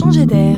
changer d'air.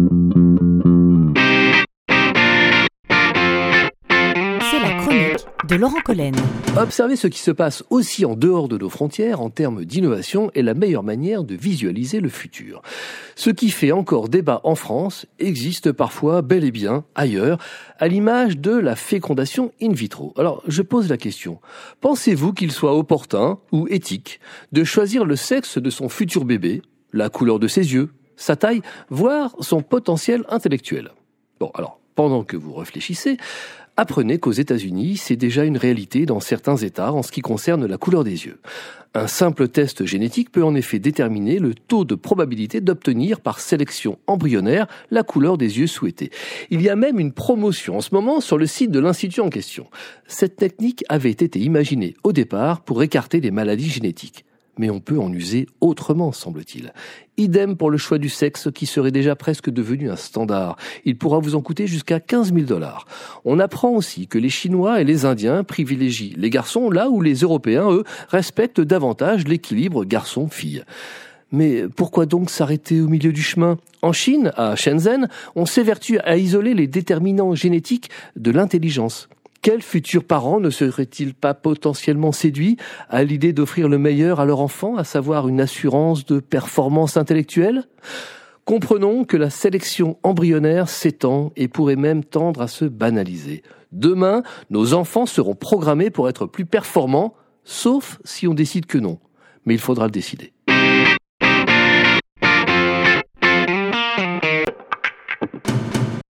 C'est la chronique de Laurent Collen. Observer ce qui se passe aussi en dehors de nos frontières en termes d'innovation est la meilleure manière de visualiser le futur. Ce qui fait encore débat en France existe parfois bel et bien ailleurs, à l'image de la fécondation in vitro. Alors, je pose la question. Pensez-vous qu'il soit opportun ou éthique de choisir le sexe de son futur bébé, la couleur de ses yeux, sa taille, voire son potentiel intellectuel? Bon, alors, pendant que vous réfléchissez, apprenez qu'aux États-Unis, c'est déjà une réalité dans certains États en ce qui concerne la couleur des yeux. Un simple test génétique peut en effet déterminer le taux de probabilité d'obtenir par sélection embryonnaire la couleur des yeux souhaitée. Il y a même une promotion en ce moment sur le site de l'institut en question. Cette technique avait été imaginée au départ pour écarter les maladies génétiques. Mais on peut en user autrement, semble-t-il. Idem pour le choix du sexe qui serait déjà presque devenu un standard. Il pourra vous en coûter jusqu'à 15 000 $. On apprend aussi que les Chinois et les Indiens privilégient les garçons là où les Européens, eux, respectent davantage l'équilibre garçon-fille. Mais pourquoi donc s'arrêter au milieu du chemin ? En Chine, à Shenzhen, on s'évertue à isoler les déterminants génétiques de l'intelligence. Quels futurs parents ne seraient-ils pas potentiellement séduits à l'idée d'offrir le meilleur à leur enfant, à savoir une assurance de performance intellectuelle ? Comprenons que la sélection embryonnaire s'étend et pourrait même tendre à se banaliser. Demain, nos enfants seront programmés pour être plus performants, sauf si on décide que non. Mais il faudra le décider.